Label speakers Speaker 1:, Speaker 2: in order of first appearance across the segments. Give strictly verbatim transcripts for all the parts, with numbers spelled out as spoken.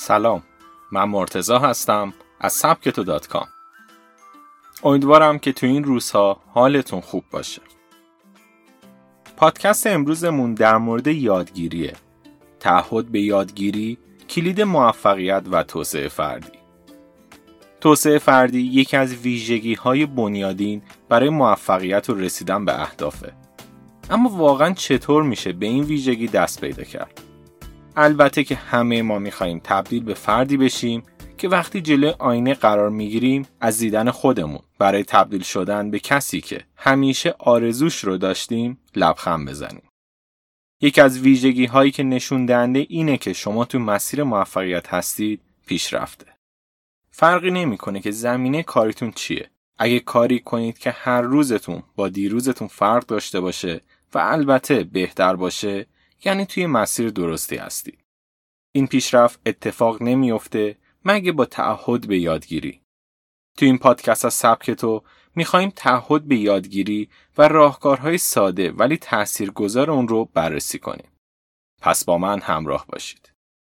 Speaker 1: سلام، من مرتضی هستم از سبکتو دات کام. امیدوارم که تو این روزها حالتون خوب باشه. پادکست امروزمون در مورد یادگیریه. تعهد به یادگیری کلید موفقیت و توسعه فردی. توسعه فردی یکی از ویژگی‌های بنیادین برای موفقیت و رسیدن به اهدافه. اما واقعاً چطور میشه به این ویژگی دست پیدا کرد؟ البته که همه ما می‌خوایم تبدیل به فردی بشیم که وقتی جلوی آینه قرار می‌گیریم از دیدن خودمون برای تبدیل شدن به کسی که همیشه آرزوش رو داشتیم لبخند بزنیم. یکی از ویژگی‌هایی که نشون دهنده اینه که شما تو مسیر موفقیت هستید پیشرفته. فرقی نمی‌کنه که زمینه کاریتون چیه. اگه کاری کنید که هر روزتون با دیروزتون فرق داشته باشه و البته بهتر باشه، یعنی توی مسیر درستی هستید. این پیشرفت اتفاق نمیفته مگه با تعهد به یادگیری. توی این پادکست از سبکتو میخوایم تعهد به یادگیری و راهکارهای ساده ولی تاثیرگذار اون رو بررسی کنیم. پس با من همراه باشید.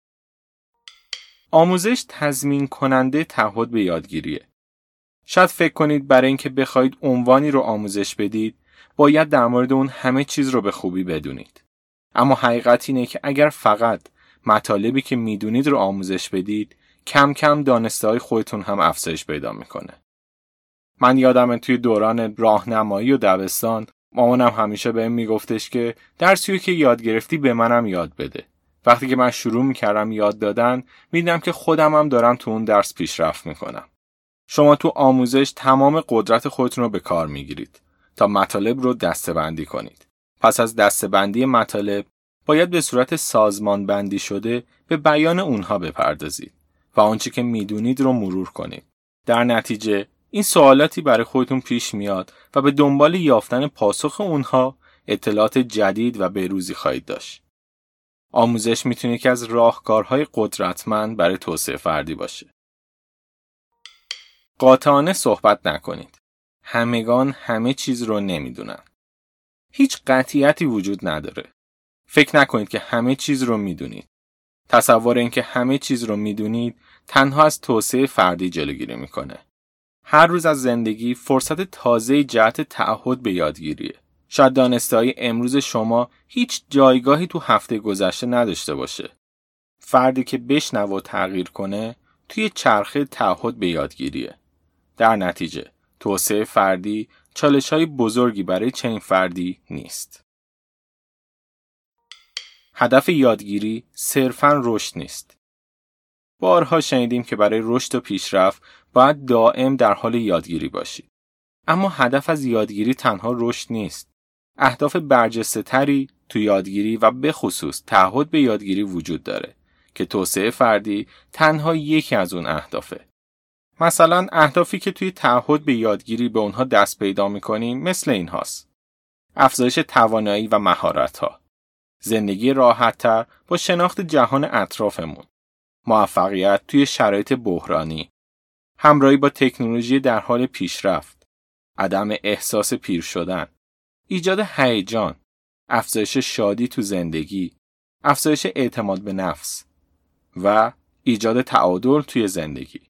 Speaker 1: آموزش تضمین کننده تعهد به یادگیریه. شاید فکر کنید برای اینکه بخواید عنوانی رو آموزش بدید، باید در مورد اون همه چیز رو به خوبی بدونید. اما حقیقت اینه که اگر فقط مطالبی که میدونید رو آموزش بدید، کم کم دانسته‌های خودتون هم افزایش پیدا میکنه. من یادمه توی دوران راهنمایی و دبستان، مامانم همیشه بهم میگفتش که درسی که یاد گرفتی به منم یاد بده. وقتی که من شروع میکردم یاد دادن، میدیدم که خودم هم دارم تو اون درس پیشرفت میکنم. شما تو آموزش تمام قدرت خودتون رو به کار میگیرید تا مطالب رو دسته‌بندی کنید. پس از دسته‌بندی مطالب باید به صورت سازمان بندی شده به بیان اونها بپردازید و آنچه که میدونید رو مرور کنید. در نتیجه این سوالاتی برای خودتون پیش میاد و به دنبال یافتن پاسخ اونها اطلاعات جدید و به‌روزی خواهید داشت. آموزش میتونه یکی از راهکارهای قدرتمند برای توسعه فردی باشه. قاطعانه صحبت نکنید. همگان همه چیز رو نمیدونن. هیچ قطعیتی وجود نداره. فکر نکنید که همه چیز رو میدونید. تصور این که همه چیز رو میدونید تنها از توسعه فردی جلوگیری میکنه. هر روز از زندگی فرصت تازه جهت تعهد به یادگیریه. شاید دانسته‌های امروز شما هیچ جایگاهی تو هفته گذشته نداشته باشه. فردی که بشنوه و تغییر کنه توی چرخه تعهد به یادگیریه. در نتیجه توسعه فردی چالش‌های بزرگی برای چنین فردی نیست. هدف یادگیری صرفاً رشد نیست. بارها شنیدیم که برای رشد و پیشرفت باید دائم در حال یادگیری باشید. اما هدف از یادگیری تنها رشد نیست. اهداف برجسته‌تری تو یادگیری و به خصوص تعهد به یادگیری وجود داره که توسعه فردی تنها یکی از اون اهدافه. مثلا اهدافی که توی تعهد به یادگیری به اونها دست پیدا می‌کنیم مثل این هاست: افزایش توانایی و مهارت‌ها، زندگی راحت‌تر با شناخت جهان اطرافمون، موفقیت توی شرایط بحرانی، همراهی با تکنولوژی در حال پیشرفت، عدم احساس پیر شدن، ایجاد هیجان، افزایش شادی تو زندگی، افزایش اعتماد به نفس و ایجاد تعادل توی زندگی.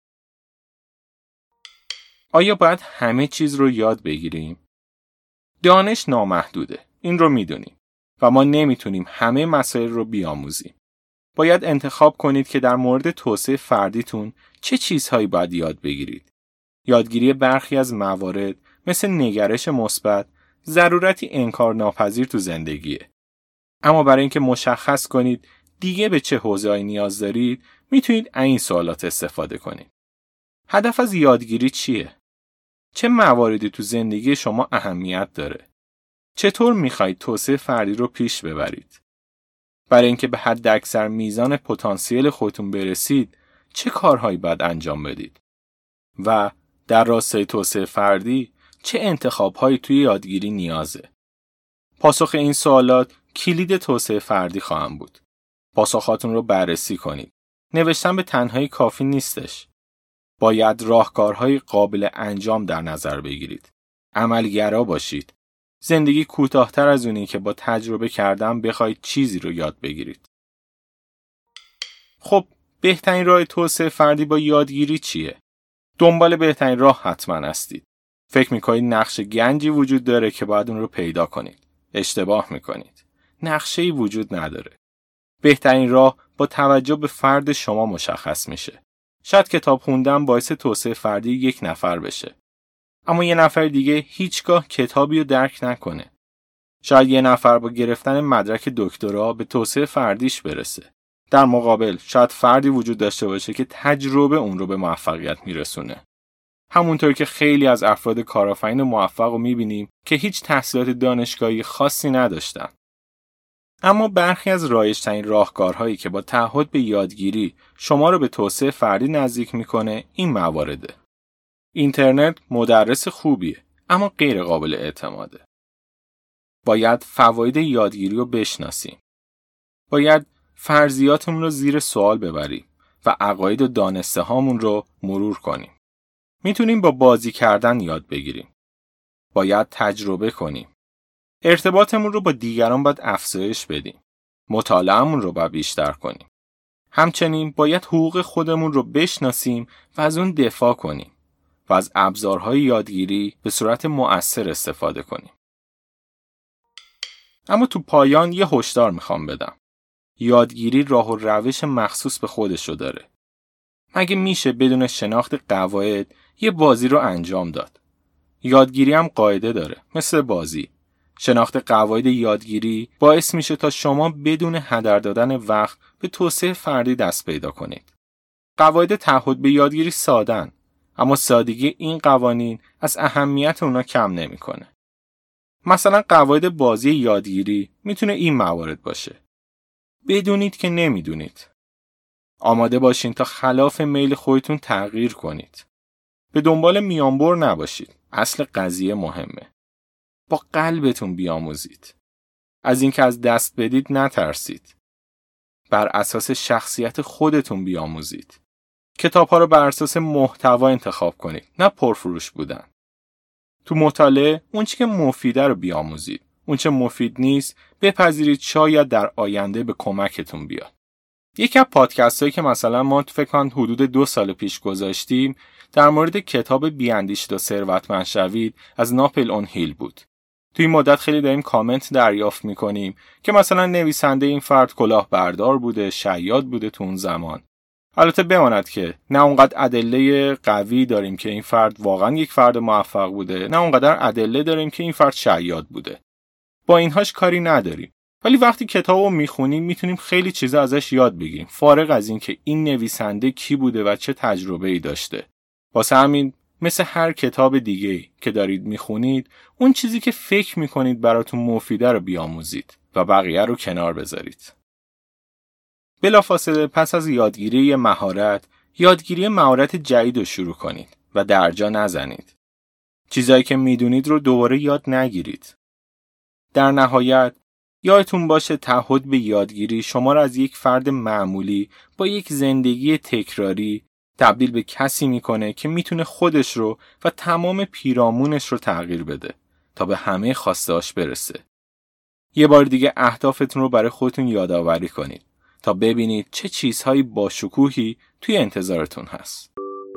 Speaker 1: آیا باید همه چیز رو یاد بگیریم؟ دانش نامحدوده. این رو میدونیم و ما نمیتونیم همه مسائل رو بیاموزیم. باید انتخاب کنید که در مورد توسعه فردیتون چه چیزهایی باید یاد بگیرید. یادگیری برخی از موارد مثل نگرش مثبت ضرورتی انکارناپذیر تو زندگیه. اما برای اینکه مشخص کنید دیگه به چه حوزه‌ای نیاز دارید، میتونید این سوالات استفاده کنید. هدف از یادگیری چیه؟ چه مواردی تو زندگی شما اهمیت داره؟ چطور میخواید توسعه فردی رو پیش ببرید؟ برای اینکه به حد اکثر میزان پتانسیل خودتون برسید، چه کارهایی باید انجام بدید؟ و در راستای توسعه فردی، چه انتخاب‌هایی توی یادگیری نیازه؟ پاسخ این سوالات کلید توسعه فردی خواهم بود. پاسخاتون رو بررسی کنید. نوشتن به تنهایی کافی نیستش. باید راهکارهای قابل انجام در نظر بگیرید. عملگرا باشید. زندگی کوتاه‌تر از اونی که با تجربه کردن بخواید چیزی رو یاد بگیرید. خب بهترین راه توسعه فردی با یادگیری چیه؟ دنبال بهترین راه حتما هستید. فکر میکنید نقش گنجی وجود داره که باید اون رو پیدا کنید. اشتباه میکنید. نقشه‌ای وجود نداره. بهترین راه با توجه به فرد شما مشخص میشه. شاید کتاب خوندن باعث توسعه فردی یک نفر بشه. اما یه نفر دیگه هیچگاه کتابی رو درک نکنه. شاید یه نفر با گرفتن مدرک دکترا به توسعه فردیش برسه. در مقابل شاید فردی وجود داشته باشه که تجربه اون رو به موفقیت میرسونه. همونطور که خیلی از افراد کارآفرین موفق رو میبینیم که هیچ تحصیلات دانشگاهی خاصی نداشتن. اما برخی از رایج‌ترین راهکارهایی که با تعهد به یادگیری شما رو به توسعه فردی نزدیک میکنه این موارده. اینترنت مدرس خوبیه اما غیر قابل اعتماده. باید فواید یادگیری رو بشناسیم. باید فرضیاتمون رو زیر سوال ببریم و عقاید و دانسته هامون رو مرور کنیم. میتونیم با بازی کردن یاد بگیریم. باید تجربه کنیم. ارتباطمون رو با دیگران باید افزایش بدیم. مطالعه‌مون رو باید بیشتر کنیم. همچنین باید حقوق خودمون رو بشناسیم و از اون دفاع کنیم و از ابزارهای یادگیری به صورت مؤثر استفاده کنیم. اما تو پایان یه هشدار میخوام بدم. یادگیری راه و روش مخصوص به خودش رو داره. مگه میشه بدون شناخت قواعد یه بازی رو انجام داد؟ یادگیری هم قاعده داره، مثل بازی. شناخت قواعد یادگیری باعث میشه تا شما بدون هدر دادن وقت به توسعه فردی دست پیدا کنید. قواعد تعهد به یادگیری سادن، اما سادگی این قوانین از اهمیت اونا کم نمیکنه. مثلا قواعد بازی یادگیری میتونه این موارد باشه. بدونید که نمیدونید. آماده باشین تا خلاف میل خودتون تغییر کنید. به دنبال میانبر نباشید. اصل قضیه مهمه. با قلبتون بیاموزید. از اینکه از دست بدید نترسید. بر اساس شخصیت خودتون بیاموزید. کتاب‌ها رو بر اساس محتوا انتخاب کنید، نه پرفروش بودن. تو مطالعه اون چی که مفیده رو بیاموزید. اون چه مفید نیست بپذیرید شاید در آینده به کمکتون بیاد. یکی از پادکست هایی که مثلا ما تو فکر کنم حدود دو سال پیش گذاشتیم در مورد کتاب بیاندیشید و ثروتمند شوید از ناپل اون هیل بود. توی این مدت خیلی داریم کامنت دریافت میکنیم که مثلا نویسنده این فرد کلاهبردار بوده، شیاد بوده تو اون زمان. البته بماند که نه اونقدر ادله قوی داریم که این فرد واقعا یک فرد موفق بوده، نه اونقدر ادله داریم که این فرد شیاد بوده. با اینهاش کاری نداریم. ولی وقتی کتابو میخونیم میتونیم خیلی چیزا ازش یاد بگیریم، فارغ از این که این نویسنده کی بوده و چه تجربه‌ای داشته. واسه همین مثل هر کتاب دیگه‌ای که دارید میخونید، اون چیزی که فکر میکنید براتون مفیده رو بیاموزید و بقیه رو کنار بذارید. بلافاصله پس از یادگیری مهارت، یادگیری مهارت جدید رو شروع کنید و درجا نزنید. چیزایی که میدونید رو دوباره یاد نگیرید. در نهایت یادتون باشه تعهد به یادگیری شما را از یک فرد معمولی با یک زندگی تکراری تبدیل به کسی میکنه که میتونه خودش رو و تمام پیرامونش رو تغییر بده تا به همه خواسته‌هاش برسه. یه بار دیگه اهدافتون رو برای خودتون یادآوری کنید تا ببینید چه چیزهایی با شکوهی توی انتظارتون هست.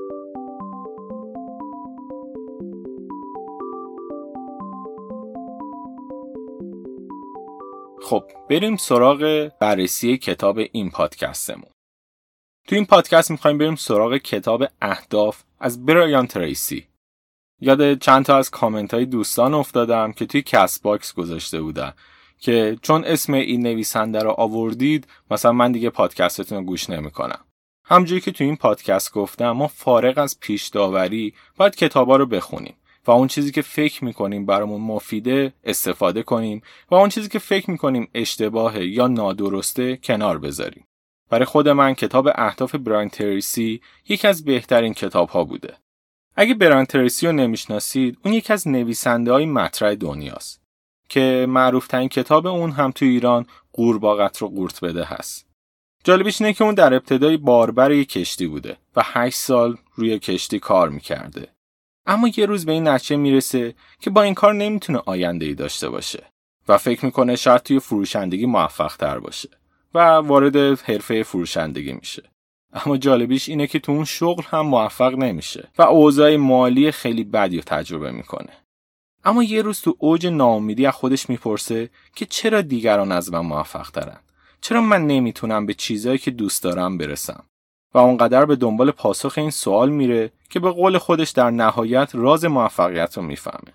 Speaker 1: خب بریم سراغ بررسی کتاب این پادکستمون. تو این پادکست میخوایم بریم سراغ کتاب اهداف از برایان تریسی. یاد چند تا از کامنت های دوستان افتادم که توی کست باکس گذاشته بودن که چون اسم این نویسنده رو آوردید مثلا من دیگه پادکستتون رو گوش نمیکنم. همونجوری که توی این پادکست گفتم ما فارغ از پیش داوری باید کتابا رو بخونیم و اون چیزی که فکر میکنیم برامون مفیده استفاده کنیم و اون چیزی که فکر میکنیم اشتباهه یا نادرسته کنار بذاریم. برای خود من کتاب اهداف برایان تریسی یکی از بهترین کتاب‌ها بوده. اگه برایان تریسی رو نمیشناسید، اون یکی از نویسنده‌های مطرح دنیاست که معروف‌ترین کتاب اون هم تو ایران قورباغه رو قورت بده هست. جالبیش اینه که اون در ابتدای باربر یک کشتی بوده و هشت سال روی کشتی کار می‌کرده. اما یه روز به این نتیجه میرسه که با این کار نمیتونه آینده‌ای داشته باشه و فکر میکنه شاید توی فروشندگی موفق تر باشه و وارد حرفه فروشندگی میشه. اما جالبیش اینه که تو اون شغل هم موفق نمیشه و اوضاع مالی خیلی بدی رو تجربه میکنه. اما یه روز تو اوج ناامیدی از خودش میپرسه که چرا دیگران از من موفق ترن؟ چرا من نمیتونم به چیزایی که دوست دارم برسم؟ و اونقدر به دنبال پاسخ این سوال میره که به قول خودش در نهایت راز موفقیت رو میفهمه.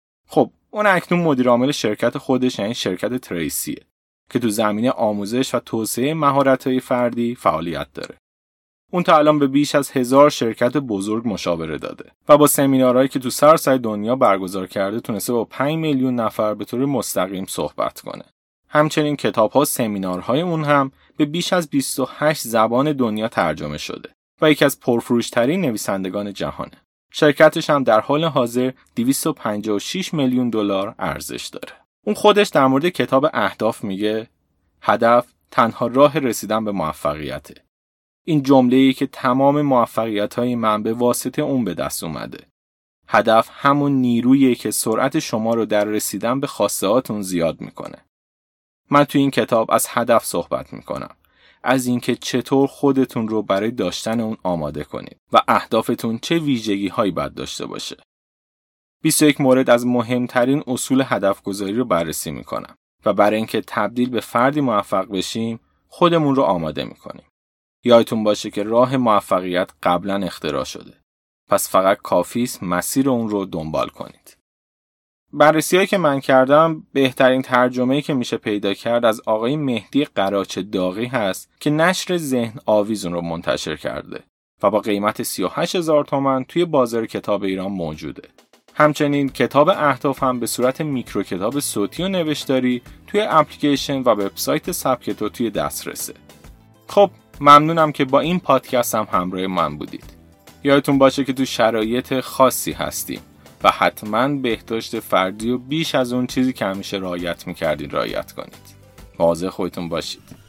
Speaker 1: خب اون اکنون مدیر عامل شرکت خودش، یعنی شرکت تریسیه که تو زمینه آموزش و توسعه مهارت‌های فردی فعالیت داره. اون تا الان به بیش از هزار شرکت بزرگ مشاوره داده و با سمینارهایی که تو سراسر دنیا برگزار کرده تونسته با پنج میلیون نفر به طور مستقیم صحبت کنه. همچنین کتاب‌ها و سمینارهای اون هم به بیش از بیست و هشت زبان دنیا ترجمه شده و یکی از پرفروش‌ترین نویسندگان جهانه. شرکتش هم در حال حاضر دویست و پنجاه و شش میلیون دلار ارزش داره. اون خودش در مورد کتاب اهداف میگه هدف تنها راه رسیدن به موفقیته. این جمله‌ای که تمام موفقیت‌های من به واسطه اون به دست اومده. هدف همون نیرویی که سرعت شما رو در رسیدن به خواسته‌هاتون زیاد میکنه. من تو این کتاب از هدف صحبت میکنم. از اینکه چطور خودتون رو برای داشتن اون آماده کنید و اهدافتون چه ویژگی‌هایی باید داشته باشه. بیست و یک مورد از مهمترین اصول هدف گذاری رو بررسی میکنم و برای اینکه تبدیل به فردی موفق بشیم خودمون رو آماده میکنیم. یادتون باشه که راه موفقیت قبلا اختراع شده. پس فقط کافی است مسیر اون رو دنبال کنید. بررسی‌هایی که من کردم بهترین ترجمه‌ای که میشه پیدا کرد از آقای مهدی قراچ داغی هست که نشر ذهن آویز اون رو منتشر کرده و با قیمت سی و هشت هزار تومان توی بازار کتاب ایران موجوده. همچنین کتاب اهداف هم به صورت میکرو کتاب صوتی و نوشتاری توی اپلیکیشن و وبسایت سبکتو توی دسترسه. خب ممنونم که با این پادکست هم همراه من بودید. یادتون باشه که تو شرایط خاصی هستیم و حتما بهداشت فردی و بیش از اون چیزی که همیشه رعایت میکردین رعایت کنید. مواظب خودتون باشید.